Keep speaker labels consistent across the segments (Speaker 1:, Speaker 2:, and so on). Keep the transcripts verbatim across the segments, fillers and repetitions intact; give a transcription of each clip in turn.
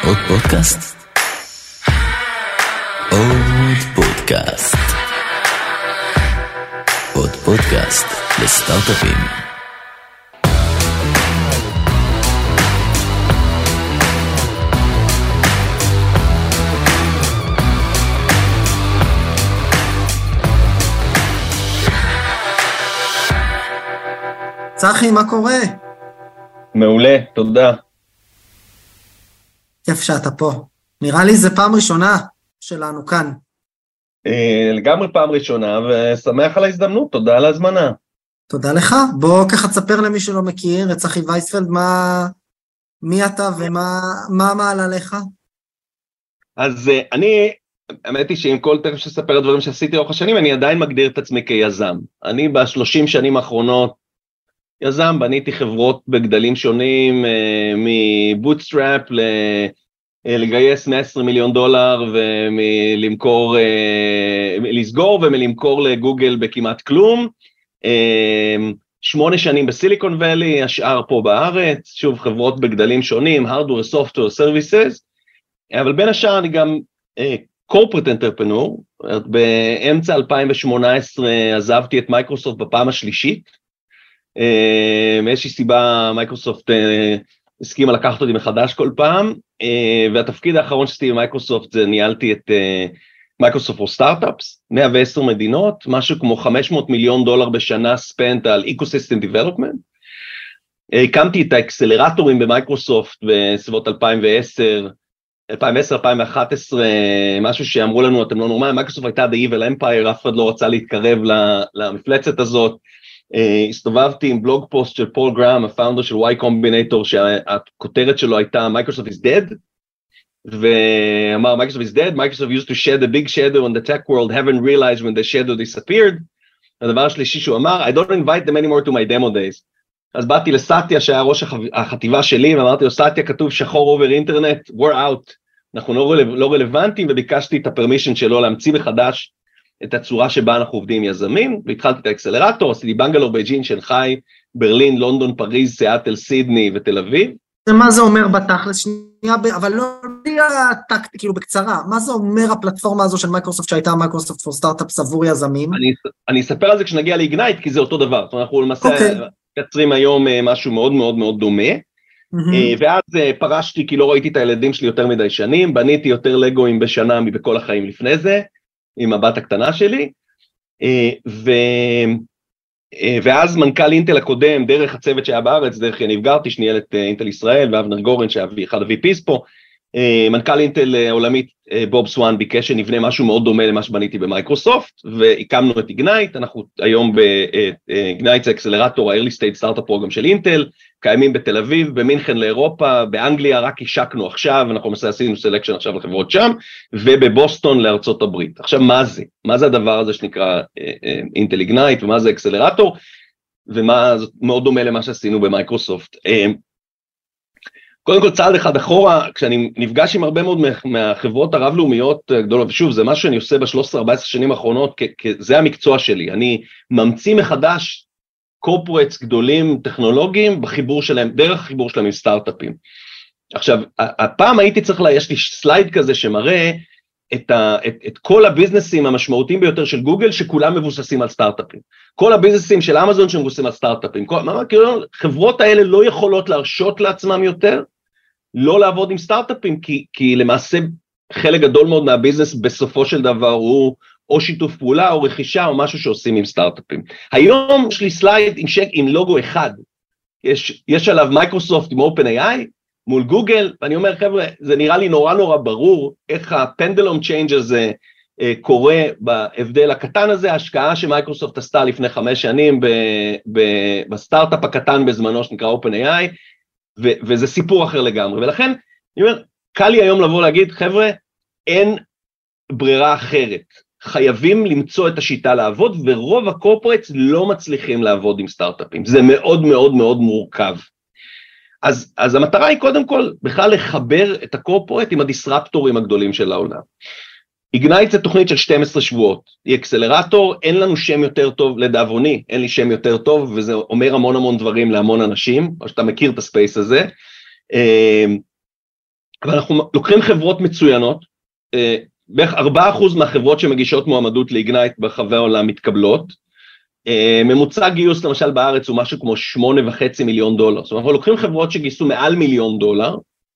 Speaker 1: עוד פודקאסט? עוד פודקאסט. עוד פודקאסט לסטארט-אפים.
Speaker 2: צחי, מה קורה?
Speaker 3: מעולה, תודה.
Speaker 2: כיף שאתה פה. נראה לי זה פעם ראשונה שלנו כאן.
Speaker 3: אה, לגמרי פעם ראשונה, ושמח על ההזדמנות, תודה על ההזמנה.
Speaker 2: תודה לך. בוא ככה תספר למי שלא מכיר, את צחי וייספלד, מה, מי אתה ומה מה מעל עליך?
Speaker 3: אז אה, אני, האמת היא שעם כל תכף שספר את דברים שעשיתי לאורך השנים, אני עדיין מגדיר את עצמי כיזם. אני בשלושים שנים האחרונות, יזם, בניתי חברות בגדלים שונים, אה, מבוטסטראפ ל... לגייס מאה ועשרים מיליון דולר ומלמכור, לסגור ומלמכור לגוגל בכמעט כלום, שמונה שנים בסיליקון ואלי, השאר פה בארץ, שוב חברות בגדלים שונים, hardware, software, services, אבל בין השאר אני גם corporate entrepreneur, באמצע אלפיים שמונה עשרה עזבתי את מייקרוסופט בפעם השלישית, מאיזושהי סיבה מייקרוסופט הסכימה לקחת אותי מחדש כל פעם, והתפקיד האחרון שעשיתי במייקרוסופט זה ניהלתי את מייקרוסופט פור סטארט-אפס, מאה ועשר מדינות, משהו כמו חמש מאות מיליון דולר בשנה ספנט על אקוסיסטם דיבלופמנט, הקמתי את האקסלרטורים במייקרוסופט בסביבות אלפיים ועשר, אלפיים ועשר אלפיים ואחת עשרה, משהו שאמרו לנו אתם לא נורמלים, מייקרוסופט הייתה the evil empire, אף אחד לא רצה להתקרב למפלצת הזאת, Uh, הסתובבתי עם בלוג פוסט של פול גראם, הפאונדר של Y Combinator, שהכותרת שלו הייתה Microsoft is dead, ואמר Microsoft is dead, Microsoft used to shed a big shadow on the tech world, haven't realized when the shadow disappeared. הדבר השלישי שהוא אמר, I don't invite them anymore to my demo days. אז באתי לסטיה שהיה ראש החטיבה שלי, ואמרתי לו, סטיה כתוב שחור אובר אינטרנט, we're out, אנחנו לא, רלו, לא רלוונטיים, וביקשתי את הפרמישן שלו להמציא מחדש, את הצורה שבה אנחנו עובדים יזמים, והתחלתי את האקסלרטור, עשיתי בנגלור, בייג'ין, שנגחאי, ברלין, לונדון, פריז, סיאטל, סידני ותל אביב.
Speaker 2: מה זה אומר בתכלס? שנייה, אבל לא טקטי, כאילו בקצרה, מה זה אומר הפלטפורמה הזו של מייקרוסופט, שהייתה מייקרוסופט פור סטארט-אפס עבור יזמים?
Speaker 3: אני, אני אספר על זה כשנגיע לאיגנייט, כי זה אותו דבר, זאת אומרת, אנחנו למעשה יצרים היום משהו מאוד מאוד מאוד דומה, mm-hmm. ואז פרשתי כי לא ראיתי את הילדים שלי יותר מדי שנים, בניתי יותר לגויים בשנה מבכל החיים לפני זה, עם הבת הקטנה שלי, ו... ואז מנכ"ל אינטל הקודם, דרך הצוות שהיה בארץ, דרך יניב גרטי, שניהל את אינטל ישראל, ואבנר גורן, אחד ה-וי פי'ס פה, מנכ"ל אינטל עולמית, בוב סואן, ביקש שנבנה משהו מאוד דומה למה שבניתי במייקרוסופט, והקמנו את איגנייט, אנחנו היום באיגנייט זה אקסלרטור, ה-early stage startup program של אינטל, קיימים בתל אביב, במינכן לאירופה, באנגליה רק השקנו עכשיו, אנחנו עשינו סלקשן עכשיו לחברות שם, ובבוסטון לארצות הברית. עכשיו מה זה? מה זה הדבר הזה שנקרא אינטל איגנייט, ומה זה אקסלרטור, ומה זה מאוד דומה למה שעשינו במייקרוסופט. קודם כל צעד אחד אחורה, כשאני נפגש עם הרבה מאוד מהחברות הרב-לאומיות גדולות, ושוב, זה מה שאני עושה ב-שלוש עשרה ארבע עשרה שנים האחרונות, כי זה המקצוע שלי, אני ממציא מחדש קורפורטס גדולים טכנולוגיים בחיבור שלהם, דרך החיבור שלהם עם סטארט-אפים. עכשיו, הפעם הייתי צריך לה, יש לי סלייד כזה שמראה את, ה, את, את כל הביזנסים המשמעותיים ביותר של גוגל, שכולם מבוססים על סטארט-אפים. כל הביזנסים של אמזון שמבוססים על סטארט-אפים. כל, מה, כאילו, חברות האלה לא יכולות להרשות לעצמם יותר, לא לעבוד עם סטארט-אפים, כי, כי למעשה חלק גדול מאוד מהביזנס בסופו של דבר הוא או שיתוף פעולה או רכישה או משהו שעושים עם סטארט-אפים. היום יש לי סלייד עם, שק, עם לוגו אחד, יש, יש עליו מייקרוסופט עם OpenAI מול גוגל, ואני אומר חבר'ה, זה נראה לי נורא נורא ברור איך הפנדלום צ'יינג' הזה אה, קורה בהבדל הקטן הזה, ההשקעה שמייקרוסופט עשתה לפני חמש שנים ב, ב, בסטארט-אפ הקטן בזמנו שנקרא OpenAI, ו, וזה סיפור אחר לגמרי, ולכן אני אומר, קל לי היום לבוא להגיד, חבר'ה, אין ברירה אחרת, חייבים למצוא את השיטה לעבוד, ורוב הקורפורטס לא מצליחים לעבוד עם סטארט-אפים, זה מאוד מאוד מאוד מורכב. אז, אז המטרה היא קודם כל, בכלל לחבר את הקורפורט עם הדיסרפטורים הגדולים של העולם. איגנייט זה תוכנית של שנים עשר שבועות, היא אקסלרטור, אין לנו שם יותר טוב, לדאבוני, אין לי שם יותר טוב, וזה אומר המון המון דברים להמון אנשים, או שאתה מכיר את הספייס הזה, אבל אנחנו לוקחים חברות מצוינות, בערך ארבעה אחוז מהחברות שמגישות מועמדות לאיגנייט ברחבי העולם מתקבלות, ממוצע גיוס למשל בארץ הוא משהו כמו שמונה וחצי מיליון דולר, זאת אומרת אנחנו לוקחים חברות שגייסו מעל מיליון דולר,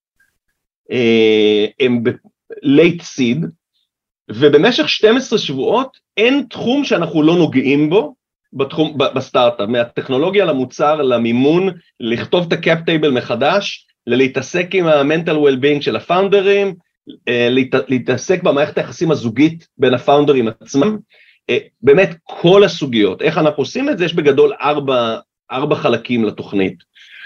Speaker 3: הם ב-late seed, ובמשך שנים עשר שבועות אין תחום שאנחנו לא נוגעים בו, בתחום, בסטארט-אפ, מהטכנולוגיה למוצר, למימון, לכתוב את הקאפ טייבל מחדש, להתעסק עם ה-mental well-being של הפאונדרים, להתעסק במערכת היחסים הזוגית בין הפאונדרים עצמם, באמת כל הסוגיות, איך אנחנו עושים את זה, יש בגדול ארבע, ארבע חלקים לתוכנית.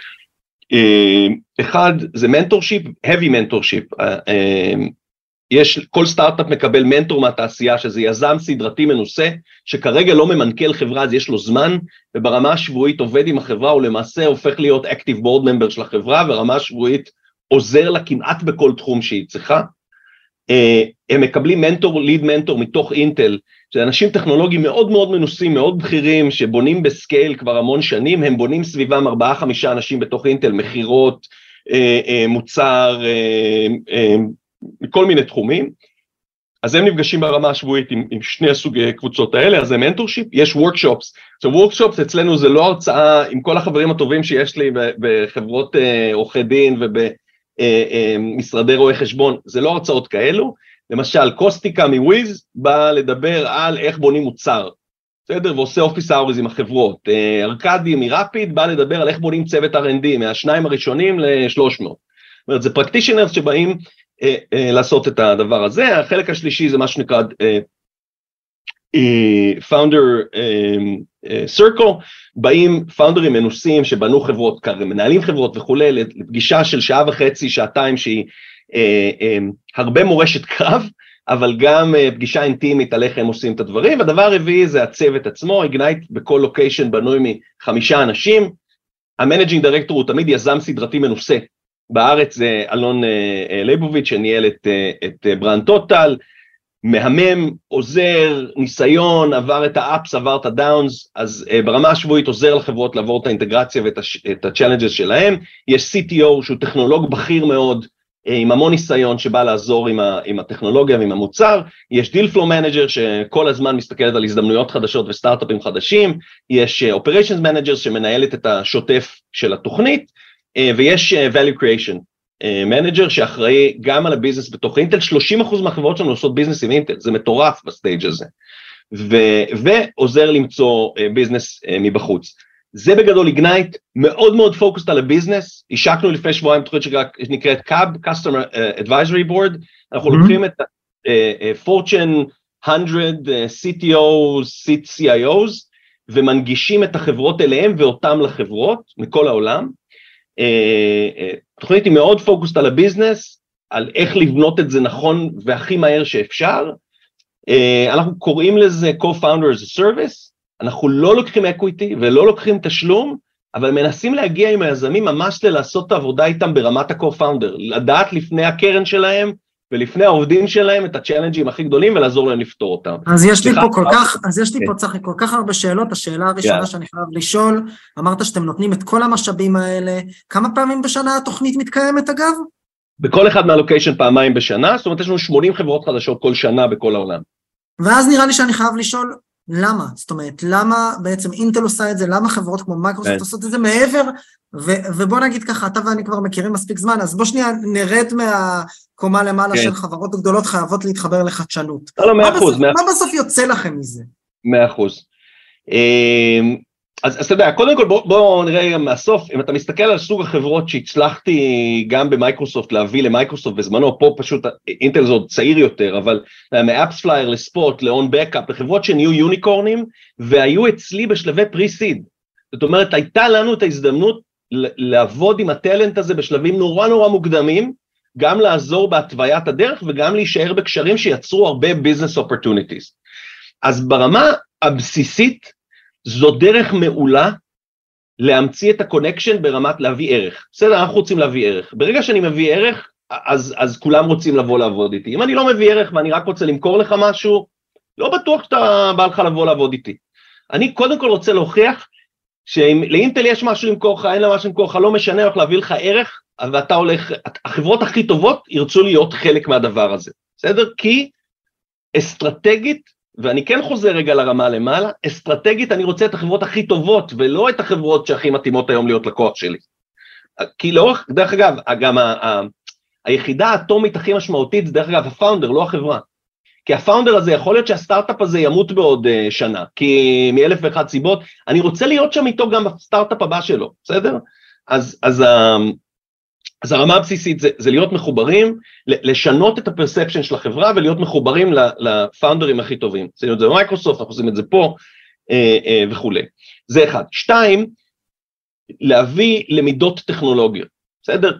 Speaker 3: אחד זה מנטורשיפ, heavy מנטורשיפ, יש, כל סטארט-אפ מקבל מנטור מהתעשייה, שזה יזם סדרתי מנוסה, שכרגע לא ממנכ"ל חברה, אז יש לו זמן, וברמה השבועית עובד עם החברה, הוא למעשה הופך להיות active board member של החברה, ורמה השבועית עוזר לה כמעט בכל תחום שהיא צריכה. הם מקבלים מנטור, ליד מנטור מתוך אינטל, שזה אנשים טכנולוגיים מאוד מאוד מנוסים, מאוד בכירים, שבונים בסקייל כבר המון שנים, הם בונים סביבם ארבעה חמישה אנשים בתוך אינטל, מחירות, מוצר, מכל מיני תחומים, אז הם נפגשים ברמה השבועית עם, עם שני הסוגי קבוצות האלה, אז זה מנטורשיפ, יש וורקשופס, עכשיו וורקשופס אצלנו זה לא הרצאה, עם כל החברים הטובים שיש לי בחברות עורכי דין ובמשרדי רואי חשבון, זה לא הרצאות כאלו, למשל קוסטיקה מוויז בא לדבר על איך בונים מוצר, בסדר, ועושה אופיס אאורז עם החברות, ארקדי מרפיד בא לדבר על איך בונים צוות אר אנד די, מהשניים הראשונים ל-שלוש מאות, זאת אומרת, זה פרקטישנרס שבאים לעשות את הדבר הזה. החלק השלישי זה מה שנקרא founder circle, באים פאונדרים מנוסים שבנו חברות, מנהלים חברות וכו', לפגישה של שעה וחצי, שעתיים, שהיא הרבה מורשת קרב, אבל גם פגישה אינטימית על איך הם עושים את הדברים. והדבר הרביעי זה הצוות עצמו, איגנייט בכל לוקיישן בנוי מחמישה אנשים, המנג'ינג דירקטור הוא תמיד יזם סדרתי מנוסה, בארץ זה אלון ליבוביץ' שניהל את, את ברנד טוטל, מהמם, עוזר, ניסיון, עבר את האפס, עבר את הדאונס, אז ברמה השבועית עוזר לחברות לעבור את האינטגרציה ואת הצ'אלנג'ס שלהם. יש סי טי או שהוא טכנולוג בכיר מאוד, עם המון ניסיון שבא לעזור עם, ה, עם הטכנולוגיה ועם המוצר, יש דיל פלו מנג'ר שכל הזמן מסתכלת על הזדמנויות חדשות וסטארט-אפים חדשים, יש אופריישנס מנג'ר שמנהלת את השוטף של התוכנית, ויש value creation manager שאחראי גם על הביזנס בתוך אינטל, שלושים אחוז מהחברות שלנו עושות ביזנס עם אינטל, זה מטורף בסטייג' הזה, ו- ועוזר למצוא ביזנס מבחוץ. זה בגדול איגנייט, מאוד מאוד פוקוסט על הביזנס, השקנו לפני שבועיים תוכנית שנקראת קאב, Customer Advisory Board, אנחנו לוקחים את Fortune מאה, סי טי או's, סי איי או's, ומנגישים את החברות אליהם ואותם לחברות מכל העולם. תוכנית היא מאוד פוקוסט על הביזנס, על איך לבנות את זה נכון והכי מהר שאפשר. אנחנו קוראים לזה co-founder as a service, אנחנו לא לוקחים equity ולא לוקחים תשלום, אבל מנסים להגיע עם היזמים ממש לעשות את העבודה איתם ברמת ה-co-founder, לדעת לפני הקרן שלהם ולפני העובדים שלהם את הצ'אלנג'ים הכי גדולים ולעזור להם לפתור אותם.
Speaker 2: אז יש לי פה כל כך, אז יש לי פה צחי כל כך הרבה שאלות. השאלה הראשונה שאני חייב לשאול, אמרת שאתם נותנים את כל המשאבים האלה, כמה פעמים בשנה התוכנית מתקיימת אגב?
Speaker 3: בכל אחד מהלוקיישן פעמיים בשנה, זאת אומרת יש לנו שמונים חברות חדשות כל שנה בכל העולם.
Speaker 2: ואז נראה לי שאני חייב לשאול, למה? זאת אומרת, למה בעצם אינטל עושה את זה, למה חברות כמו מייקרוסופט עושות את זה מעבר, ובוא נגיד ככה, אתה ואני כבר מכירים מספיק זמן, אז בוא שנייה נרד מהקומה למעלה של חברות גדולות חייבות להתחבר לחדשנות.
Speaker 3: לא, לא, מאה אחוז.
Speaker 2: מה בסוף יוצא לכם מזה?
Speaker 3: מאה אחוז. אז אתה יודע, קודם כל בוא נראה מהסוף, אם אתה מסתכל על סוג החברות שהצלחתי גם במייקרוסופט להביא למייקרוסופט בזמנו, פה פשוט אינטל זה עוד צעיר יותר, אבל מאפס פלייר לספוט, לאון בקאפ, לחברות שנהיו יוניקורנים, והיו אצלי בשלבי פרי-סיד. זאת אומרת, הייתה לנו את ההזדמנות לעבוד עם הטלנט הזה בשלבים נורא נורא מוקדמים, גם לעזור בהתוויית הדרך וגם להישאר בקשרים שיצרו הרבה ביזנס אופורטוניטיז. אז ברמה הבסיסית, זו דרך מעולה להמציא את הקונקשן ברמת להביא ערך. בסדר, אנחנו רוצים להביא ערך. ברגע שאני מביא ערך, אז, אז כולם רוצים לבוא לעבוד איתי. אם אני לא מביא ערך ואני רק רוצה למכור לך משהו, לא בטוח שאתה בא לך לבוא לעבוד איתי. אני קודם כל רוצה להוכיח שאם לאינטל יש משהו למכור לך, אין לה משהו למכור לך, לא משנה, הולך להביא לך ערך, ואתה הולך, החברות הכי טובות ירצו להיות חלק מהדבר הזה, בסדר? כי אסטרטגית, ואני כן חוזר רגע לרמה למעלה, אסטרטגית אני רוצה את החברות הכי טובות, ולא את החברות שהכי מתאימות היום להיות לקוח שלי. כי לאורך, דרך אגב, גם ה, ה, היחידה האטומית הכי משמעותית, זה דרך אגב הפאונדר, לא החברה. כי הפאונדר הזה, יכול להיות שהסטארט-אפ הזה ימות בעוד uh, שנה, כי מאלף ואחת סיבות, אני רוצה להיות שם איתו גם בסטארט-אפ הבא שלו, בסדר? אז, אז, uh, אז הרמה הבסיסית זה, זה להיות מחוברים, לשנות את הפרספשן של החברה, ולהיות מחוברים לפאונדרים הכי טובים. עשינו את זה במייקרוסופט, אנחנו עושים את זה פה, uh, uh, וכו'. זה אחד. שתיים, להביא למידות טכנולוגיות, בסדר?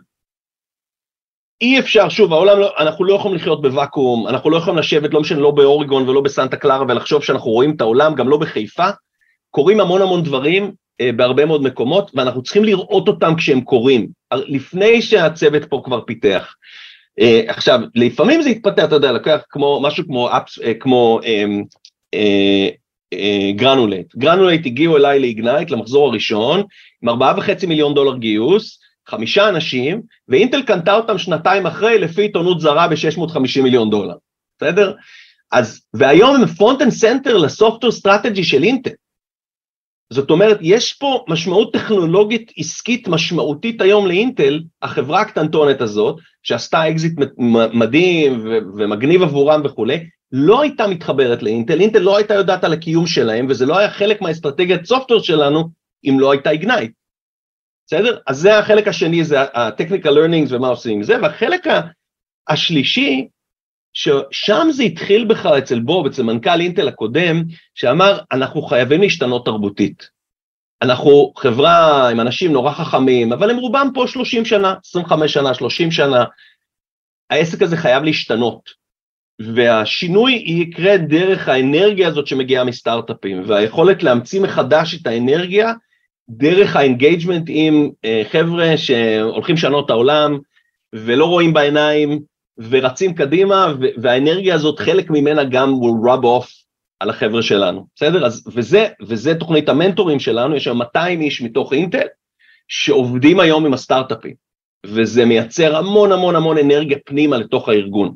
Speaker 3: אי אפשר, שוב, העולם, לא, אנחנו לא יכולים לחיות בוואקום, אנחנו לא יכולים לשבת, לא משנה, לא באוריגון ולא בסנטה קלרה, ולחשוב שאנחנו רואים את העולם, גם לא בחיפה, קורים המון המון דברים, אה, בהרבה מאוד מקומות, ואנחנו צריכים לראות אותם כשהם קורים, לפני שהצוות פה כבר פיתח. אה, עכשיו, לפעמים זה יתפתח, אתה יודע, לקח כמו, משהו כמו, אפס, אה, כמו אה, אה, אה, גרנולייט. גרנולייט הגיעו אליי לאיגנייט, למחזור הראשון, עם ארבעה וחצי מיליון דולר גיוס, חמישה אנשים, ואינטל קנתה אותם שנתיים אחרי, לפי עיתונות זרה ב-שש מאות וחמישים מיליון דולר, בסדר? אז, והיום הם פרונט אנד סנטר לסופטוור סטרטג'י של אינטל. זאת אומרת, יש פה משמעות טכנולוגית עסקית משמעותית היום לאינטל, החברה הקטנטונת הזאת, שעשתה אקזיט מדהים ו- ומגניב עבורם וכו', לא הייתה מתחברת לאינטל, אינטל לא הייתה יודעת על הקיום שלהם, וזה לא היה חלק מהאסטרטגיית סופטוור שלנו, אם לא הייתה איגנייט. בסדר? אז זה החלק השני, זה ה-technical learnings ומה עושים עם זה, והחלק השלישי, ששם זה התחיל בכלל אצל בוב, אצל מנכ"ל אינטל הקודם, שאמר, אנחנו חייבים להשתנות תרבותית. אנחנו חברה עם אנשים נורא חכמים, אבל הם רובם פה שלושים שנה, עשרים וחמש שנה, שלושים שנה, העסק הזה חייב להשתנות, והשינוי יקרה דרך האנרגיה הזאת שמגיעה מסטארט-אפים, והיכולת להמציא מחדש את האנרגיה, דרך האנגייג'מנט עם uh, חבר'ה שהולכים לשנות את העולם, ולא רואים בעיניים, ורצים קדימה, והאנרגיה הזאת חלק ממנה גם will rub off על החבר'ה שלנו, בסדר? אז, וזה, וזה תוכנית המנטורים שלנו, יש שם מאתיים איש מתוך אינטל, שעובדים היום עם הסטארט-אפים, וזה מייצר המון המון המון אנרגיה פנימה לתוך הארגון.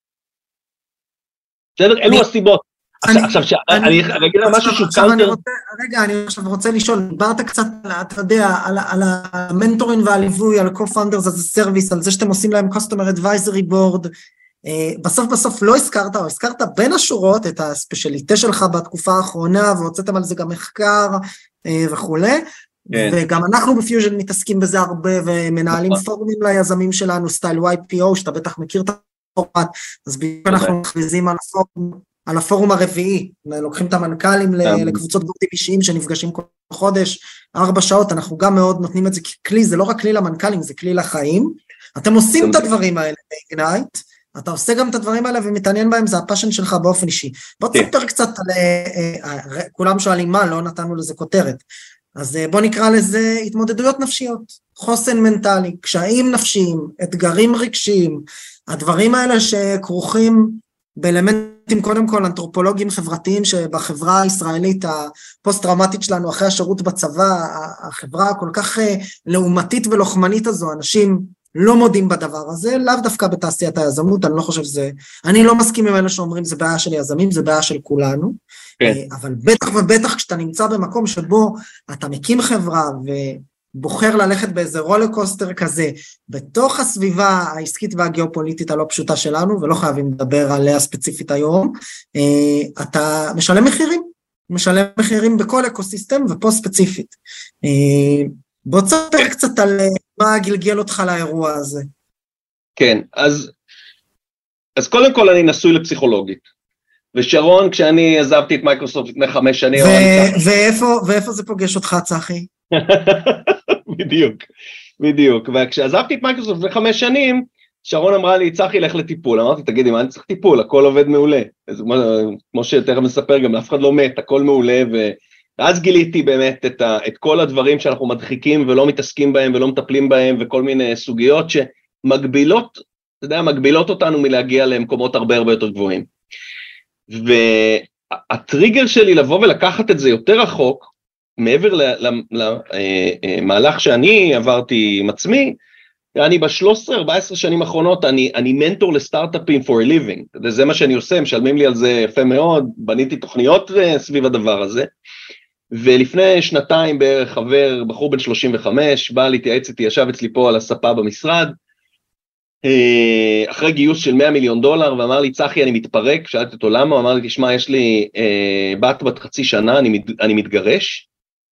Speaker 3: בסדר? אלו הסיבות. עכשיו, אני אגיד לה משהו שהוא קאונטר.
Speaker 2: רגע, אני עכשיו רוצה לשאול, דיברת קצת, אתה יודע, על המנטורים והליווי, על co-founders as a service, על זה שאתם עושים להם customer advisory board, בסוף בסוף לא הזכרת, או הזכרת בין השורות את הספיישליטה שלך בתקופה האחרונה, והוצאתם על זה גם מחקר וכו', וגם אנחנו בפיוז'ן מתעסקים בזה הרבה, ומנהלים פורומים ליזמים שלנו, סטייל וואי פי או, שאתה בטח מכיר את הפורמט, אז בדיוק אנחנו מכריזים על הפורום, על הפורום הרביעי, לוקחים את המנכ"לים לקבוצות בורדים אישיים שנפגשים כל חודש, ארבע שעות, אנחנו גם מאוד נותנים את זה ככלי, זה לא רק כלי למנכ"לים, זה כלי לחיים, אתם עושים את הדברים האלה באיגנייט, אתה עושה גם את הדברים האלה ומתעניין בהם, זה הפשן שלך באופן אישי. בוא תספר קצת על, כולם שואלים מה, לא נתנו לזה כותרת, אז בוא נקרא לזה התמודדויות נפשיות, חוסן מנטלי, קשיים נפשיים, אתגרים רגשיים, הדברים האלה שכרוכים באלמנטים קודם כל אנתרופולוגיים חברתיים שבחברה הישראלית הפוסט-טראומטית שלנו אחרי השירות בצבא, החברה כל כך לעומתית ולוחמנית הזו, אנשים לא מודים בדבר הזה, לאו דווקא בתעשיית היזמות, אני לא חושב שזה, אני לא מסכים עם אלה שאומרים זה בעיה של יזמים, זה בעיה של כולנו, כן. אבל בטח ובטח כשאתה נמצא במקום שבו אתה מקים חברה ו... בוחר ללכת באיזה רולרקוסטר כזה, בתוך הסביבה העסקית והגיאופוליטית הלא פשוטה שלנו, ולא חייבים לדבר עליה ספציפית היום, אתה משלם מחירים, משלם מחירים בכל אקוסיסטם, ופה ספציפית. בוא תספר קצת על מה גלגל אותך לאירוע הזה.
Speaker 3: כן, אז, אז קודם כל אני נשוי לפסיכולוגית, ושרון, כשאני עזבתי את מייקרוסופט לפני חמש שנים,
Speaker 2: ו- ואיפה, ואיפה זה פוגש אותך, צחי?
Speaker 3: בדיוק, בדיוק, וכשעזבתי את מייקרוסופט לפני חמש שנים, שרון אמרה לי, צחי, לך לטיפול, אמרתי, תגידי, מה אני צריך טיפול? הכל עובד מעולה, אז כמו שתכף מספר, גם אף אחד לא מת, הכל מעולה, ואז גיליתי באמת את, ה, את כל הדברים שאנחנו מדחיקים ולא מתעסקים בהם ולא מטפלים בהם, וכל מיני סוגיות שמגבילות, אתה יודע, מגבילות אותנו מלהגיע למקומות הרבה הרבה יותר גבוהים. והטריגר שלי לבוא ולקחת את זה יותר רחוק, מעבר למהלך שאני עברתי עם עצמי, אני ב-שלוש עשרה ארבע עשרה שנים האחרונות, אני, אני מנטור לסטארט-אפים for a living, וזה מה שאני עושה, משלמים לי על זה יפה מאוד, בניתי תוכניות סביב הדבר הזה, ולפני שנתיים בערך חבר, בחור בן שלושים וחמש, בא להתייעץ איתי, ישב אצלי פה על הספה במשרד, אחרי גיוס של מאה מיליון דולר, ואמר לי, צחי, אני מתפרק, שאלתי אותו למה, הוא אמר לי, תשמע, יש לי בת בת חצי שנה, אני, אני מתגרש,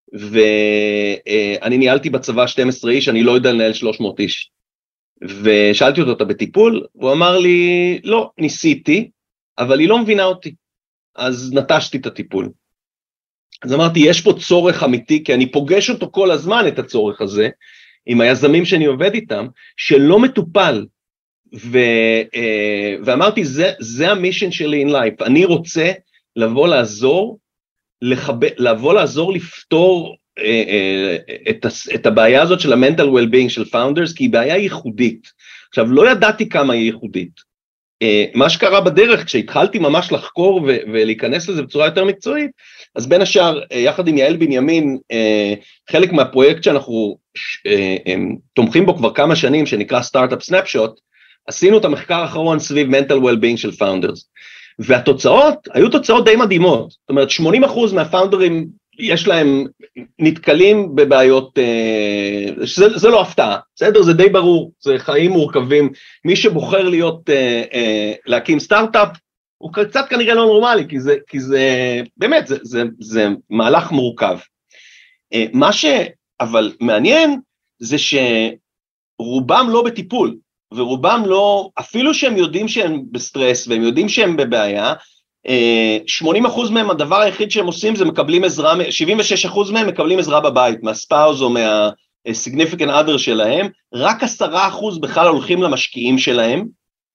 Speaker 3: ואני ניהלתי בצבא שתים עשרה איש, אני לא יודע לנהל שלוש מאות איש. ושאלתי אותו, אתה בטיפול? הוא אמר לי, לא, ניסיתי, אבל היא לא מבינה אותי. אז נטשתי את הטיפול. אז אמרתי, יש פה צורך אמיתי, כי אני פוגש אותו כל הזמן, את הצורך הזה, עם היזמים שאני עובד איתם, שלא מטופל. ו, ואמרתי, זה, זה המישן שלי in life. אני רוצה לבוא לעזור, לחבא, לבוא לעזור לפתור אה, אה, את, את הבעיה הזאת של ה-mental well-being של founders, כי היא בעיה ייחודית. עכשיו, לא ידעתי כמה היא ייחודית. אה, מה שקרה בדרך, כשהתחלתי ממש לחקור ו- ולהיכנס לזה בצורה יותר מקצועית, אז בין השאר, אה, יחד עם יעל בנימין, אה, חלק מהפרויקט שאנחנו אה, אה, תומכים בו כבר כמה שנים, שנקרא Startup Snapshot, עשינו את המחקר האחרון סביב mental well-being של founders. והתוצאות היו תוצאות די מדהימות, זאת אומרת שמונים אחוז מהפאונדרים יש להם נתקלים בבעיות, זה, זה לא הפתעה, בסדר? זה די ברור, זה חיים מורכבים, מי שבוחר להיות, להקים סטארט-אפ, הוא קצת כנראה לא נורמלי, כי זה, כי זה באמת, זה, זה, זה מהלך מורכב. מה שאבל מעניין, זה שרובם לא בטיפול, ורובם לא, אפילו שהם יודעים שהם בסטרס, והם יודעים שהם בבעיה, שמונים אחוז מהם, הדבר היחיד שהם עושים, זה מקבלים עזרה, שבעים ושש אחוז מהם מקבלים עזרה בבית, מהספאוז או מה-significant other שלהם, רק עשרה אחוז בכלל הולכים למשקיעים שלהם,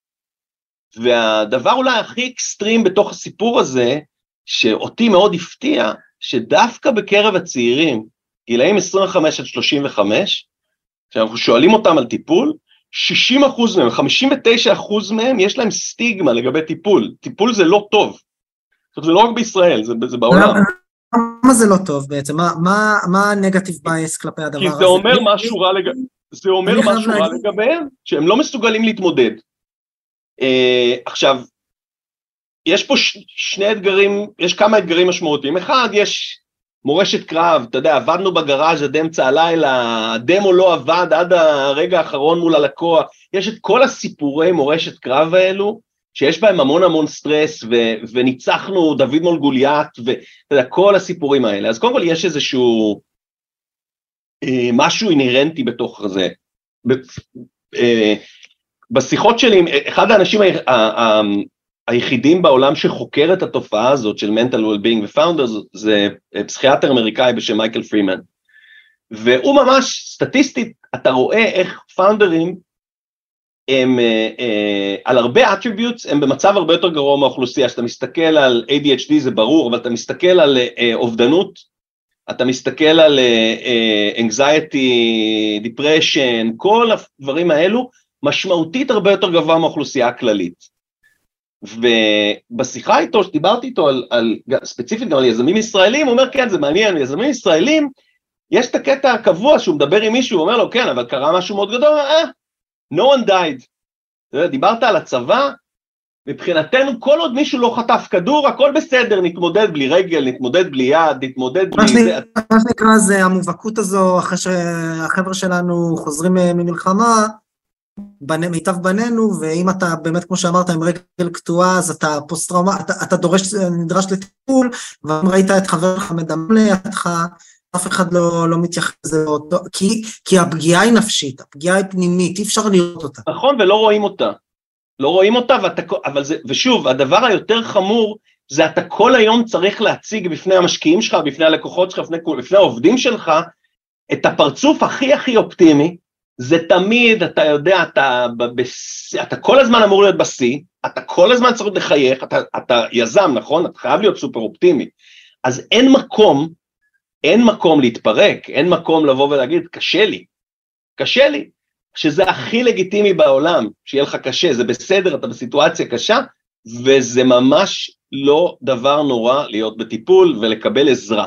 Speaker 3: והדבר אולי הכי אקסטרים בתוך הסיפור הזה, שאותי מאוד הפתיע, שדווקא בקרב הצעירים, גילאים עשרים וחמש עד שלושים וחמש, כשאנחנו שואלים אותם על טיפול, שישים אחוז מהם, חמישים ותשעה אחוז מהם, יש להם סטיגמה לגבי טיפול. טיפול זה לא טוב. זה לא רק בישראל, זה, זה בעולם.
Speaker 2: למה זה לא טוב בעצם? מה, מה, מה הנגטיב בייס כלפי הדבר הזה?
Speaker 3: כי זה אומר משהו רע לגבי, זה אומר משהו רע לגביהם, שהם לא מסוגלים להתמודד. אה, עכשיו, יש פה ש, שני אתגרים, יש כמה אתגרים משמעותיים. אחד, יש מורשת קרב, אתה יודע, עבדנו בגראז' עד אמצע הלילה, הדמו לא עבד עד הרגע האחרון מול הלקוח, יש את כל הסיפורי מורשת קרב האלו, שיש בהם המון המון סטרס, ו- וניצחנו דוד מול גוליית, ואתה יודע, כל הסיפורים האלה. אז קודם כל יש איזשהו אה, משהו אינרנטי בתוך זה. ב- אה, בשיחות שלי, אחד האנשים ה- ה- ה- היחידים בעולם שחוקר את התופעה הזאת של mental well-being ו-founders, זה פסיכיאטר אמריקאי בשם מייקל פרימן, והוא ממש, סטטיסטית, אתה רואה איך פאונדרים, הם, אה, אה, על הרבה attributes, הם במצב הרבה יותר גרוע מהאוכלוסייה, שאתה מסתכל על A D H D זה ברור, אבל אתה מסתכל על אה, אובדנות, אתה מסתכל על אה, אה, anxiety, depression, כל הדברים האלו, משמעותית הרבה יותר גבוה מהאוכלוסייה הכללית. ובשיחה איתו, שדיברתי איתו על, על ספציפית גם על יזמים ישראלים, הוא אומר, כן, זה מעניין, יזמים ישראלים, יש את הקטע הקבוע שהוא מדבר עם מישהו, הוא אומר לו, כן, אבל קרה משהו מאוד גדול, אה, no one died. דיברת על הצבא, מבחינתנו, כל עוד מישהו לא חטף כדור, הכל בסדר, נתמודד בלי רגל, נתמודד בלי יד, נתמודד בלי זה.
Speaker 2: מה שנקרא זה המובהקות הזו, אחרי שהחבר'ה שלנו חוזרים ממלחמה, מיטב בנינו, ואם אתה באמת, כמו שאמרת, עם רגל קטועה, אז אתה פוסט-טראומה, אתה, אתה דורש, נדרש לטיפול, ואם ראית את חברך מדמם לידך, אף אחד לא, לא מתייחס לזה, כי, כי הפגיעה היא נפשית, הפגיעה היא פנימית, אי אפשר לראות אותה.
Speaker 3: נכון, ולא רואים אותה. לא רואים אותה, ואתה, אבל זה, ושוב, הדבר היותר חמור, זה אתה כל היום צריך להציג בפני המשקיעים שלך, בפני הלקוחות שלך, בפני, בפני העובדים שלך, את הפרצוף הכי הכי אופטימי, זה תמיד, אתה יודע, אתה, בבס... אתה כל הזמן אמור להיות בסי, אתה כל הזמן צריך לחייך, אתה, אתה יזם, נכון? אתה חייב להיות סופר אופטימי. אז אין מקום, אין מקום להתפרק, אין מקום לבוא ולהגיד, קשה לי, קשה לי, שזה הכי לגיטימי בעולם, שיהיה לך קשה, זה בסדר, אתה בסיטואציה קשה, וזה ממש לא דבר נורא להיות בטיפול ולקבל עזרה.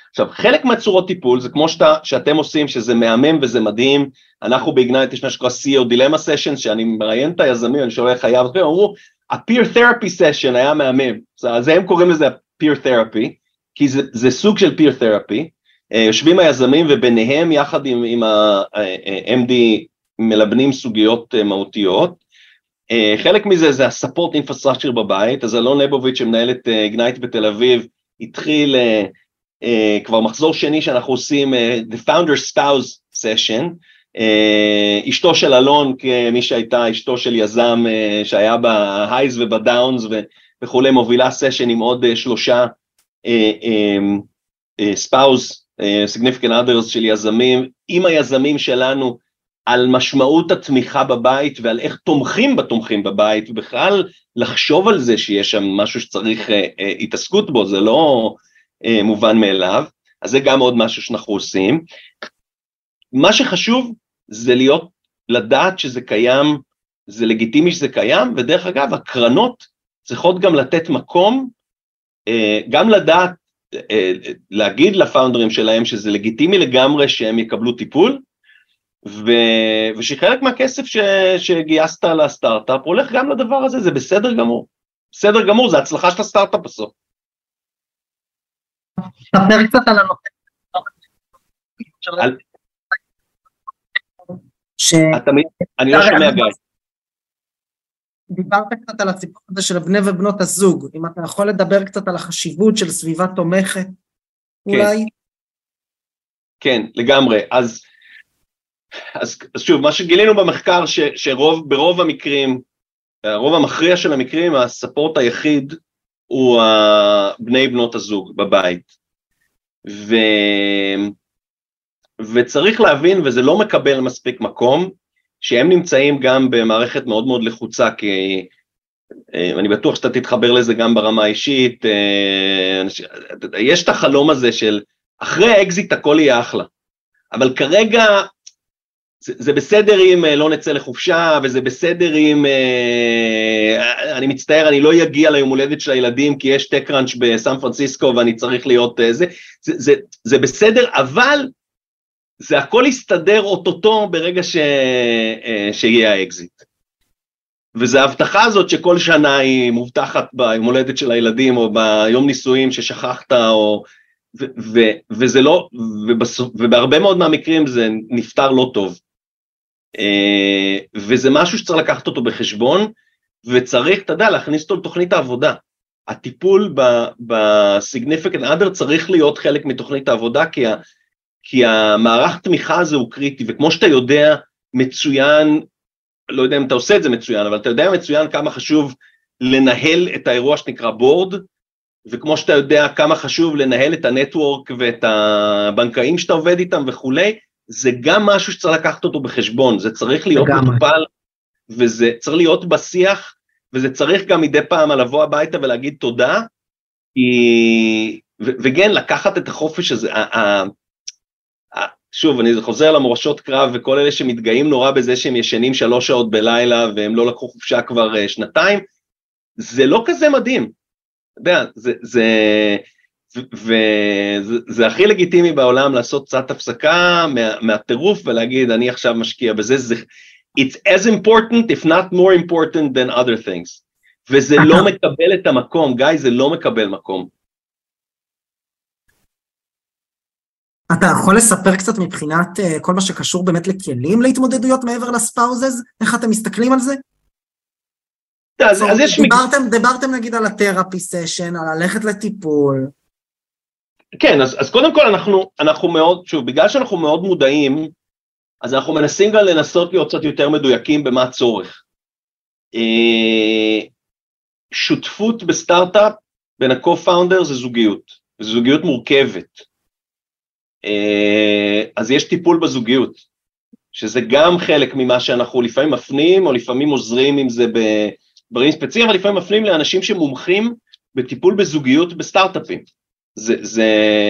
Speaker 3: עכשיו, חלק מהצורות טיפול, זה כמו שאתה, שאתם עושים, שזה מהמם וזה מדהים, אנחנו באיגנייט, יש משהו סי או דילמה סשן, שאני מראיין את היזמים, אני שואל חייב, אמרו, ה-peer therapy session היה מהמם, אז הם קוראים לזה peer therapy, כי זה, זה סוג של peer therapy, יושבים היזמים וביניהם יחד עם, עם ה-אם די מלבנים סוגיות מהותיות, חלק מזה זה ה-support infrastructure בבית, אז אלון ליבוביץ' שמנהל את איגנייט בתל אביב, התחיל uh, כבר מחזור שני שאנחנו עושים uh, The Founder Spouse Session, uh, אשתו של אלון כמי שהייתה אשתו של יזם uh, שהיה בהייז ובדאונס וכולי, מובילה סשן עם עוד uh, שלושה uh, um, uh, spouse, uh, significant others של יזמים, עם היזמים שלנו על משמעות התמיכה בבית ועל איך תומכים בתומכים בבית, ובכלל לחשוב על זה שיש שם משהו שצריך uh, uh, התעסקות בו, זה לא uh, מובן מאליו, אז זה גם עוד משהו שאנחנו עושים. מה שחשוב זה להיות, לדעת שזה קיים, זה לגיטימי שזה קיים, ודרך אגב, הקרנות צריכות גם לתת מקום, uh, גם לדעת, uh, להגיד לפאונדרים שלהם שזה לגיטימי לגמרי שהם יקבלו טיפול, ו... ושחלק מהכסף ש... שגייסת לסטארט-אפ הולך גם לדבר הזה, זה בסדר גמור. בסדר גמור, זה הצלחה של הסטארט-אפ בסוף.
Speaker 2: תספר קצת על הנושא.
Speaker 3: על...
Speaker 2: ש...
Speaker 3: אתה... אני לא שומע גיא.
Speaker 2: דיברת קצת על הסיפור הזה של בני ובנות הזוג, אם אתה יכול לדבר קצת על החשיבות של סביבה תומכת, אולי?
Speaker 3: כן, לגמרי. אז... אז, אז שוב, מה שגילינו במחקר, ש, שרוב, ברוב המקרים, הרוב המכריע של המקרים, הספורט היחיד הוא בני בנות הזוג בבית. ו, וצריך להבין, וזה לא מקבל מספיק מקום, שהם נמצאים גם במערכת מאוד מאוד לחוצה, כי אני בטוח שאתה תתחבר לזה גם ברמה האישית, יש את החלום הזה של, אחרי האקזיט הכל יהיה אחלה, אבל כרגע, זה, זה בסדר אם לא נצא לחופשה, וזה בסדר אם, אה, אני מצטער, אני לא יגיע ליום הולדת של הילדים, כי יש טק-ראנץ' בסן פרנסיסקו, ואני צריך להיות אה, זה, זה, זה, זה בסדר, אבל זה הכל יסתדר אוטוטו ברגע ש, אה, שיהיה האקזיט. וזו ההבטחה הזאת שכל שנה היא מובטחת ביום הולדת של הילדים, או ביום נישואים ששכחת, או... ו- ו- וזה לא, ובסוף, ובהרבה מאוד מהמקרים זה נפטר לא טוב. וזה משהו שצריך לקחת אותו בחשבון, וצריך, אתה יודע, להכניס אותו לתוכנית העבודה. הטיפול ב-significant other צריך להיות חלק מתוכנית העבודה, כי, ה- כי המערך תמיכה הזה הוא קריטי, וכמו שאתה יודע, מצוין, לא יודע אם אתה עושה את זה מצוין, אבל אתה יודע מצוין כמה חשוב לנהל את האירוע שנקרא בורד, וכמו שאתה יודע כמה חשוב לנהל את הנטוורק ואת הבנקאים שאתה עובד איתם וכולי, זה גם משהו שצריך לקחת אותו בחשבון, זה צריך להיות מטופל, וזה צריך להיות בשיח, וזה צריך גם מדי פעם לבוא הביתה ולהגיד תודה, כי, וכן, לקחת את החופש הזה, שוב, אני חוזר למורשות קרב, וכל אלה שמתגאים נורא בזה שהם ישנים שלוש שעות בלילה, והם לא לקחו חופשה כבר שנתיים, זה לא כזה מדהים, אתה יודע, זה, זה, וזה, זה הכי לגיטימי בעולם לעשות קצת הפסקה מה, מהטירוף ולהגיד, אני עכשיו משקיע בזה, זה, it's as important, if not more important than other things. וזה לא מקבל את המקום, גיא, זה לא מקבל מקום.
Speaker 2: אתה יכול לספר קצת מבחינת כל מה שקשור באמת לכלים להתמודדויות מעבר לספאוזז? איך אתם מסתכלים על זה?
Speaker 3: אז, אז יש
Speaker 2: דיברתם, מג... דיברתם נגיד על התרפי סשן, על ללכת לטיפול.
Speaker 3: כן, אז, אז קודם כל אנחנו, אנחנו מאוד, שוב, בגלל שאנחנו מאוד מודעים, אז אנחנו מנסים גם לנסות להיות קצת יותר מדויקים במה הצורך. שותפות בסטארט-אפ בין ה-co-founder זה זוגיות, זה זוגיות מורכבת. אז יש טיפול בזוגיות, שזה גם חלק ממה שאנחנו לפעמים מפנים, או לפעמים עוזרים אם זה בדברים ספציפיים, אבל לפעמים מפנים לאנשים שמומחים בטיפול בזוגיות בסטארט-אפים. זה, זה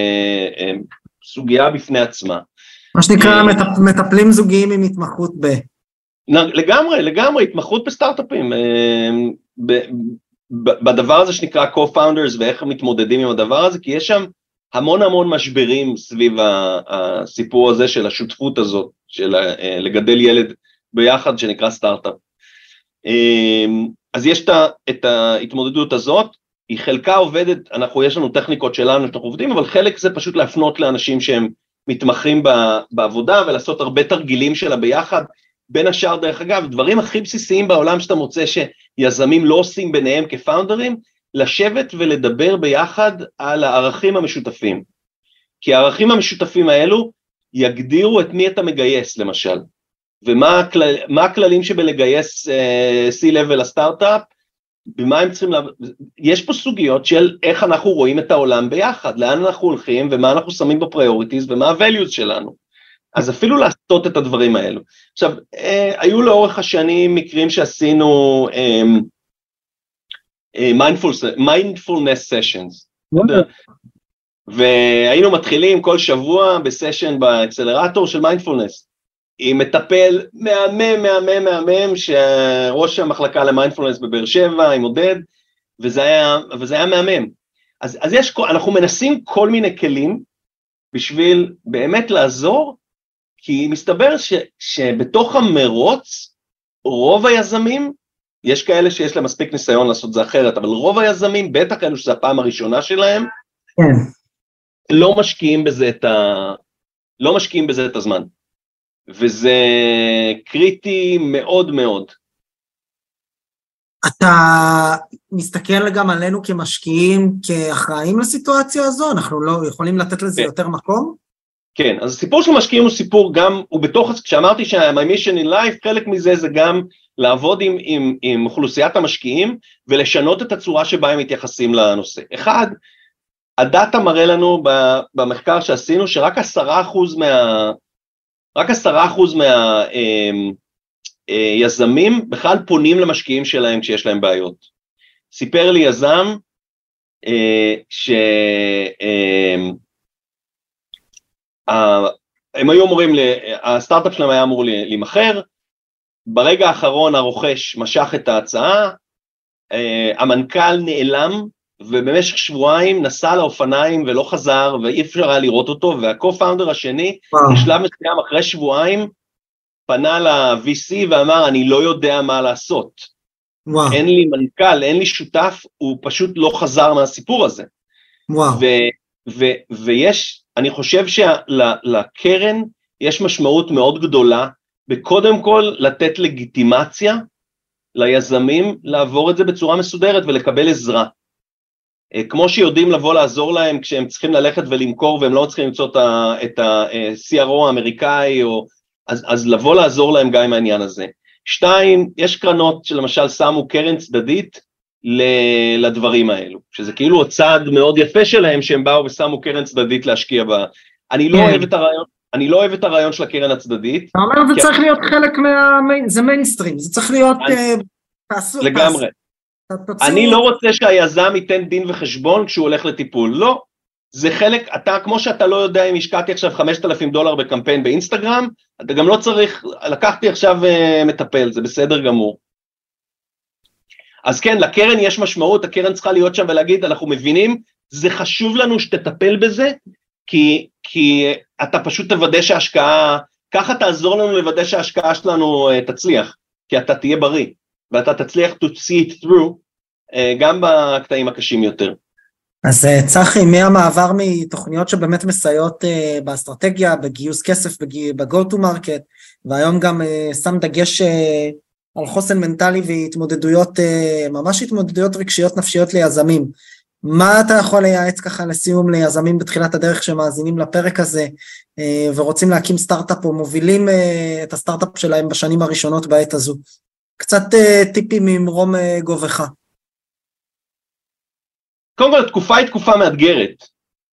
Speaker 3: סוגיה בפני עצמה.
Speaker 2: מה שנקרא מטפלים זוגיים עם התמחות ב...
Speaker 3: לגמרי, לגמרי, התמחות בסטארט-אפים. בדבר הזה שנקרא co-founders ואיך הם מתמודדים עם הדבר הזה, כי יש שם המון המון משברים סביב הסיפור הזה של השותפות הזאת, של לגדל ילד ביחד שנקרא סטארט-אפ. אז יש את ההתמודדות הזאת, היא חלקה עובדת, אנחנו, יש לנו טכניקות שלנו שאנחנו עובדים, אבל חלק זה פשוט להפנות לאנשים שהם מתמחים בעבודה, ולעשות הרבה תרגילים שלה ביחד, בין השאר דרך אגב, דברים הכי בסיסיים בעולם שאתה מוצא שיזמים לא עושים ביניהם כפאונדרים, לשבת ולדבר ביחד על הערכים המשותפים. כי הערכים המשותפים האלו יגדירו את מי אתה מגייס למשל, ומה הכלל, מה הכללים שבלגייס uh, C-Level לסטארט-אפ, במה הם צריכים, לה... יש פה סוגיות של איך אנחנו רואים את העולם ביחד, לאן אנחנו הולכים ומה אנחנו שמים בפריוריטיז ומה ה-values שלנו. אז אפילו לעשות את הדברים האלו. עכשיו, uh, היו לאורך השנים מקרים שעשינו um, uh, mindfulness sessions, והיינו מתחילים כל שבוע בסשן באקסלרטור של מיינדפולנס, היא מטפל מהמם, מהמם, מהמם, שראש המחלקה למיינדפולנס בבאר שבע, עם עודד, וזה היה, וזה היה מהמם. אז, אז יש, אנחנו מנסים כל מיני כלים, בשביל באמת לעזור, כי מסתבר ש, שבתוך המרוץ, רוב היזמים, יש כאלה שיש להם מספיק ניסיון לעשות זה אחרת, אבל רוב היזמים, בטח אלו שזו הפעם הראשונה שלהם,
Speaker 2: כן.
Speaker 3: לא משקיעים בזה את ה... לא משקיעים בזה את הזמן. וזה קריטי מאוד מאוד.
Speaker 2: אתה מסתכל גם עלינו כמשקיעים, כאחראים לסיטואציה הזו? אנחנו לא יכולים לתת לזה
Speaker 3: כן.
Speaker 2: יותר מקום?
Speaker 3: כן, אז הסיפור של משקיעים הוא סיפור גם, הוא בתוך, כשאמרתי שה-My Mission in Life, חלק מזה זה גם לעבוד עם, עם, עם אוכלוסיית המשקיעים, ולשנות את הצורה שבה הם מתייחסים לנושא. אחד, הדאטה מראה לנו במחקר שעשינו, שרק עשרה אחוז מה, רק עשרה אחוז מהיזמים בכלל פונים למשקיעים שלהם כשיש להם בעיות. סיפר לי יזם, שהם היו אמורים, הסטארט-אפ שלהם היה אמור להימחר, ברגע האחרון הרוכש משך את ההצעה, המנכ"ל נעלם, ובמשך שבועיים נסע לאופניים ולא חזר, ואי אפשר היה לראות אותו, והקו-פאונדר השני, בשלב מסוים אחרי שבועיים, פנה ל-וי סי ואמר, אני לא יודע מה לעשות. וואו. אין לי מנכ"ל, אין לי שותף, הוא פשוט לא חזר מהסיפור הזה.
Speaker 2: וואו.
Speaker 3: ו- ו- ויש, אני חושב שלקרן יש משמעות מאוד גדולה, בקודם כל לתת לגיטימציה ליזמים, לעבור את זה בצורה מסודרת ולקבל עזרה. כמו שיודעים לבוא לעזור להם כשהם צריכים ללכת ולמכור, והם לא צריכים למצוא את ה-סי אר או האמריקאי, או, אז, אז לבוא לעזור להם גם עם העניין הזה. שתיים, יש קרנות שלמשל שמו קרן צדדית לדברים האלו, שזה כאילו הצעד מאוד יפה שלהם, שהם באו ושמו קרן צדדית להשקיע בה. אני לא אוהב את הרעיון, אני לא אוהב את הרעיון של הקרן הצדדית.
Speaker 2: אתה אומר, זה צריך להיות חלק מה... זה מיינסטרים, זה צריך להיות...
Speaker 3: לגמרי. אני לא רוצה שהיזם ייתן דין וחשבון כשהוא הולך לטיפול, לא, זה חלק, אתה, כמו שאתה לא יודע אם השקעתי עכשיו חמשת אלפים דולר בקמפיין באינסטגרם, אתה גם לא צריך, לקחתי עכשיו מטפל, זה בסדר גמור. אז כן, לקרן יש משמעות, הקרן צריכה להיות שם ולהגיד, אנחנו מבינים, זה חשוב לנו שתטפל בזה, כי, כי אתה פשוט תוודא שההשקעה, ככה תעזור לנו לוודא שההשקעה שלנו תצליח, כי אתה תהיה בריא. ואתה תצליח to see it through, גם בקטעים הקשים יותר.
Speaker 2: אז צחי, מהמעבר מתוכניות שבאמת מסייעות באסטרטגיה, בגיוס כסף, בגו טו מרקט, והיום גם שם דגש על חוסן מנטלי והתמודדויות, ממש התמודדויות רגשיות נפשיות ליזמים. מה אתה יכול לייעץ ככה לסיום ליזמים בתחילת הדרך שמאזינים לפרק הזה, ורוצים להקים סטארט-אפ או מובילים את הסטארט-אפ שלהם בשנים הראשונות בעת הזו? קצת טיפים ממרום גובך.
Speaker 3: קודם כל, התקופה היא תקופה מאתגרת.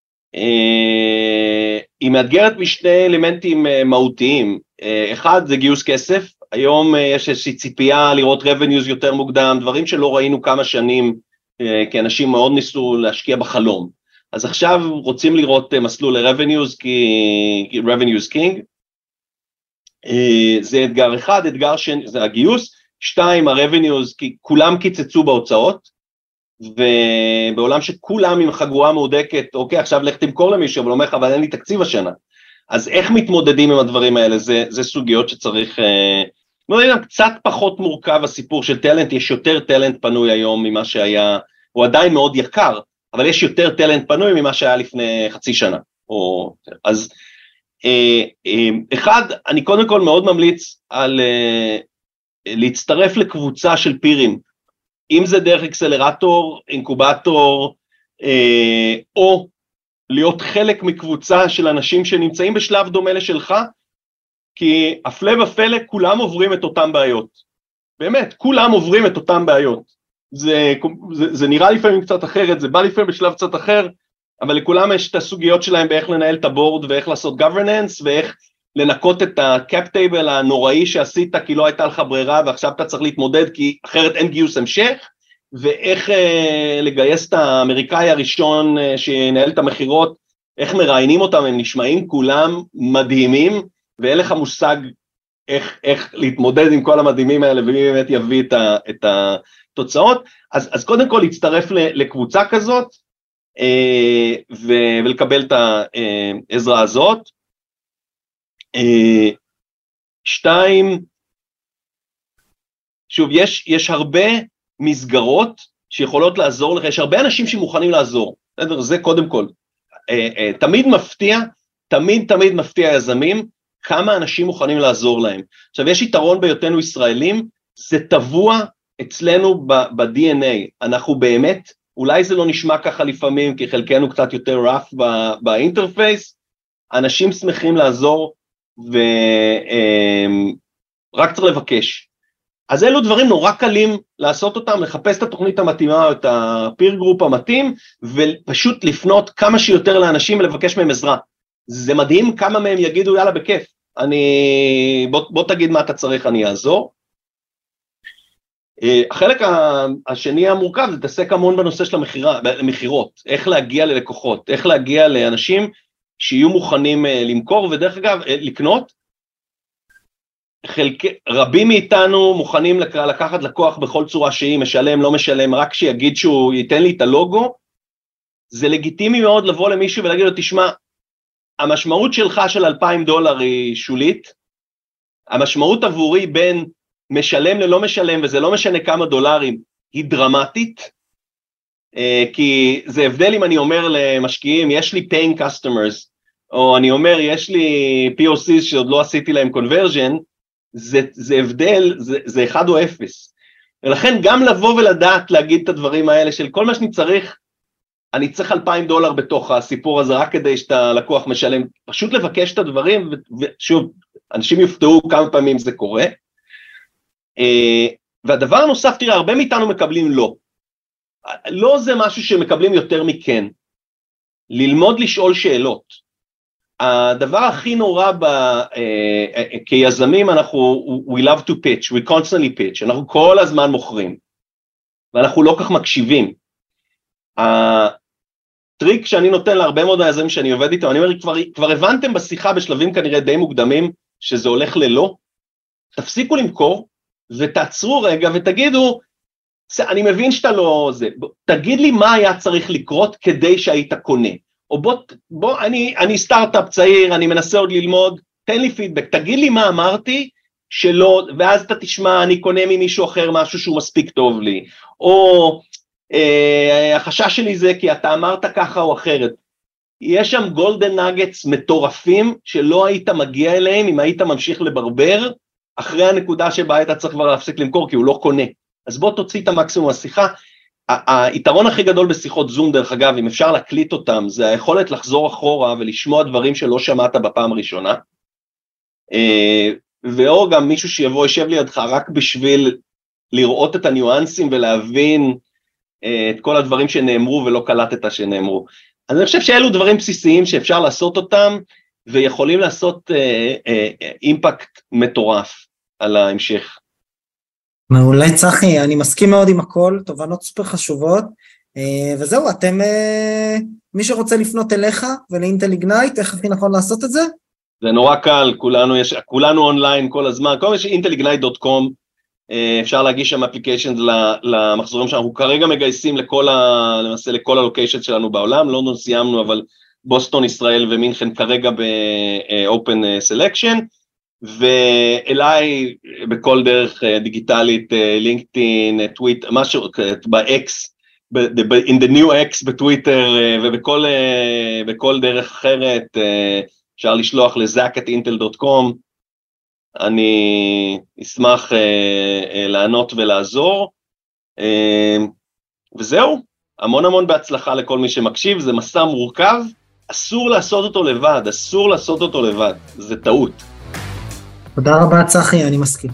Speaker 3: היא מאתגרת משני אלמנטים מהותיים. אחד, זה גיוס כסף. היום יש איזושהי ציפייה לראות revenues יותר מוקדם, דברים שלא ראינו כמה שנים, כי אנשים מאוד ניסו להשקיע בחלום. אז עכשיו רוצים לראות מסלול ל-revenues, כי revenues king. זה אתגר אחד, אתגר שני, זה הגיוס. שתיים, ה-revenues, כי כולם קיצצו בהוצאות, ובעולם שכולם עם חגורה מהודקת, אוקיי, עכשיו לך תמכור למישהו, אבל אומר לך, אבל אין לי תקציב השנה. אז איך מתמודדים עם הדברים האלה? זה, זה סוגיות שצריך, אה, לא יודע, קצת פחות מורכב הסיפור של טלנט, יש יותר טלנט פנוי היום ממה שהיה, הוא עדיין מאוד יקר, אבל יש יותר טלנט פנוי ממה שהיה לפני חצי שנה. או, אז אה, אה, אחד, אני קודם כל מאוד ממליץ על אה, להצטרף לקבוצה של פירים, אם זה דרך אקסלרטור, אינקובטור, אה, או להיות חלק מקבוצה של אנשים שנמצאים בשלב דומה לשלך, כי הפלא ופלא כולם עוברים את אותם בעיות. באמת, כולם עוברים את אותם בעיות. זה, זה, זה נראה לפעמים קצת אחרת, זה בא לפעמים בשלב קצת אחר, אבל לכולם יש את הסוגיות שלהם באיך לנהל את הבורד ואיך לעשות governance, ואיך לנקות את ה-cap table הנוראי שעשית, כי לא הייתה לך ברירה, ועכשיו אתה צריך להתמודד, כי אחרת אין גיוס המשך, ואיך אה, לגייס את האמריקאי הראשון אה, שינהל את המחירות, איך מראיינים אותם, הם נשמעים כולם מדהימים, ואין לך מושג איך, איך להתמודד עם כל המדהימים האלה, ומי באמת יביא את, ה, את התוצאות. אז, אז קודם כל להצטרף לקבוצה כזאת, אה, ו, ולקבל את העזרה הזאת. אה, שתיים, שוב, יש, יש הרבה מסגרות שיכולות לעזור לך, יש הרבה אנשים שמוכנים לעזור, זה קודם כל. תמיד מפתיע, תמיד תמיד מפתיע יזמים, כמה אנשים מוכנים לעזור להם. עכשיו, יש יתרון בהיותנו ישראלים, זה טבוע אצלנו ב-די אן איי, אנחנו באמת, אולי זה לא נשמע ככה לפעמים, כי חלקנו קצת יותר רף באינטרפייס, אנשים שמחים לעזור, ורק צריך לבקש. אז אלו דברים נורא קלים לעשות אותם, לחפש את התוכנית המתאימה, את הפיר גרופ המתאים, ופשוט לפנות כמה שיותר לאנשים ולבקש מהם עזרה. זה מדהים כמה מהם יגידו, יאללה, בכיף, אני, בוא, בוא תגיד מה אתה צריך, אני אעזור. החלק השני המורכב, זה תעסק המון בנושא של המחירות, איך להגיע ללקוחות, איך להגיע לאנשים שיהיו מוכנים למכור, ודרך אגב, לקנות, חלק, רבים מאיתנו מוכנים לקחת לקוח בכל צורה שהיא, משלם, לא משלם, רק שיגיד שהוא ייתן לי את הלוגו, זה לגיטימי מאוד לבוא למישהו ולהגיד לו, תשמע, המשמעות שלך של אלפיים דולר היא שולית, המשמעות עבורי בין משלם ללא משלם, וזה לא משנה כמה דולרים, היא דרמטית, כי זה הבדל אם אני אומר למשקיעים, יש לי paying customers, או אני אומר, יש לי פי או סי'ס שעוד לא עשיתי להם conversion, זה, זה הבדל, זה, זה אחד או אפס. ולכן גם לבוא ולדעת להגיד את הדברים האלה של כל מה שאני צריך, אני צריך אלפיים דולר בתוך הסיפור הזה, רק כדי שאתה לקוח משלם, פשוט לבקש את הדברים, ושוב, אנשים יופתעו כמה פעמים זה קורה. והדבר הנוסף, תראה, הרבה מאיתנו מקבלים לא. לא זה משהו שמקבלים יותר מכן. ללמוד לשאול שאלות. הדבר הכי נורא ב, uh, כיזמים, אנחנו, we love to pitch, we constantly pitch, אנחנו כל הזמן מוכרים, ואנחנו לא כך מקשיבים. הטריק שאני נותן להרבה מאוד היזמים שאני עובד איתם, אני אומר, כבר, כבר הבנתם בשיחה בשלבים כנראה די מוקדמים, שזה הולך ללא, תפסיקו למכור, ותעצרו רגע ותגידו, אני מבין שאתה לא זה, תגיד לי מה היה צריך לקרות כדי שהיית קונה, או בוא, בוא, אני, אני סטארט-אפ צעיר, אני מנסה עוד ללמוד, תן לי פידבק, תגיד לי מה אמרתי, שלא, ואז אתה תשמע, אני קונה ממישהו אחר משהו שהוא מספיק טוב לי, או אה, החשש שלי זה כי אתה אמרת ככה או אחרת, יש שם גולדן נגטס מטורפים, שלא היית מגיע אליהם, אם היית ממשיך לברבר, אחרי הנקודה שבה היית צריך כבר להפסיק למכור, כי הוא לא קונה, אז בוא תוציא את המקסימום השיחה, היתרון הכי גדול בשיחות זום, דרך אגב, אם אפשר להקליט אותם, זה היכולת לחזור אחורה ולשמוע דברים שלא שמעת בפעם הראשונה, ואו גם מישהו שיבוא, ישב לידך רק בשביל לראות את הניואנסים ולהבין את כל הדברים שנאמרו ולא קלטת שנאמרו. אז אני חושב שאלו דברים בסיסיים שאפשר לעשות אותם, ויכולים לעשות אימפקט מטורף על ההמשך.
Speaker 2: מעולה צחי, אני מסכים מאוד עם הכל, תובנות סופר חשובות, וזהו, אתם, מי שרוצה לפנות אליך ולאינטל איגנייט, איך הכי נכון לעשות את זה?
Speaker 3: זה נורא קל, כולנו, יש, כולנו אונליין כל הזמן, כל מה שאינטל איגנייט דוט קום, אפשר להגיש שם אפליקיישנס למחזורים שאנחנו כרגע מגייסים לכל ה... למעשה לכל הלוקיישן שלנו בעולם, לונדון סיימנו, אבל בוסטון, ישראל ומינכן כרגע ב-Open Selection, ואליי בכל דרך דיגיטלית, לינקדאין, טוויט, משהו, ב-X, in the new X בטוויטר, ובכל בכל דרך אחרת, אפשר לשלוח לזק את אינטל דוט קום, אני אשמח לענות ולעזור, וזהו, המון המון בהצלחה לכל מי שמקשיב, זה מסע מורכב, אסור לעשות אותו לבד, אסור לעשות אותו לבד, זה טעות.
Speaker 2: תודה רבה צחי, אני מסכים.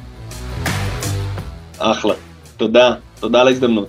Speaker 3: אחלה, תודה, תודה על ההזדמנות.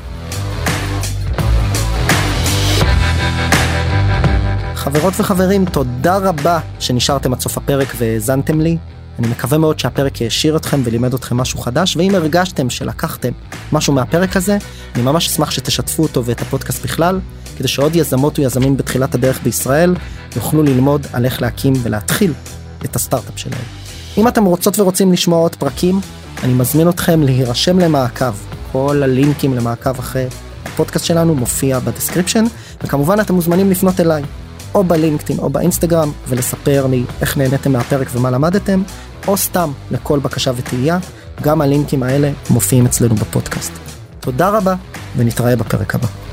Speaker 4: חברות וחברים, תודה רבה שנשארתם עד סוף הפרק והאזנתם לי. אני מקווה מאוד שהפרק ישיר אתכם ולימד אתכם משהו חדש, ואם הרגשתם שלקחתם משהו מהפרק הזה, אני ממש אשמח שתשתפו אותו ואת הפודקאסט בכלל, כדי שעוד יזמות ויזמים בתחילת הדרך בישראל יוכלו ללמוד על איך להקים ולהתחיל את הסטארט-אפ שלהם. אם אתם רוצות ורוצים לשמוע עוד פרקים, אני מזמין אתכם להירשם למעקב. כל הלינקים למעקב אחרי הפודקאסט שלנו מופיע בדסקריפשן, וכמובן אתם מוזמנים לפנות אליי, או בלינקדאין או באינסטגרם, ולספר לי איך נהניתם מהפרק ומה למדתם, או סתם לכל בקשה ותהייה, גם הלינקים האלה מופיעים אצלנו בפודקאסט. תודה רבה, ונתראה בפרק הבא.